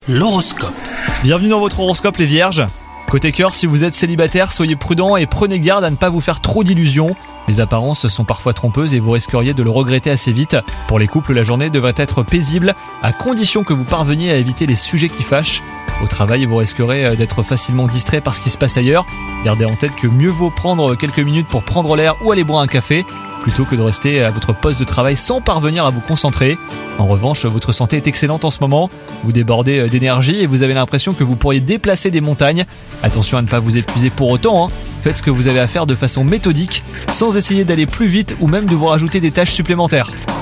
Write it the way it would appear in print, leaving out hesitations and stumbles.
L'horoscope. Bienvenue dans votre horoscope les vierges. Côté cœur, si vous êtes célibataire, soyez prudent et prenez garde à ne pas vous faire trop d'illusions. Les apparences sont parfois trompeuses et vous risqueriez de le regretter assez vite. Pour les couples, la journée devrait être paisible, à condition que vous parveniez à éviter les sujets qui fâchent. Au travail, vous risquerez d'être facilement distrait par ce qui se passe ailleurs. Gardez en tête que mieux vaut prendre quelques minutes pour prendre l'air ou aller boire un café, plutôt que de rester à votre poste de travail sans parvenir à vous concentrer. En revanche, votre santé est excellente en ce moment, vous débordez d'énergie et vous avez l'impression que vous pourriez déplacer des montagnes. Attention à ne pas vous épuiser pour autant, Faites ce que vous avez à faire de façon méthodique, sans essayer d'aller plus vite ou même de vous rajouter des tâches supplémentaires.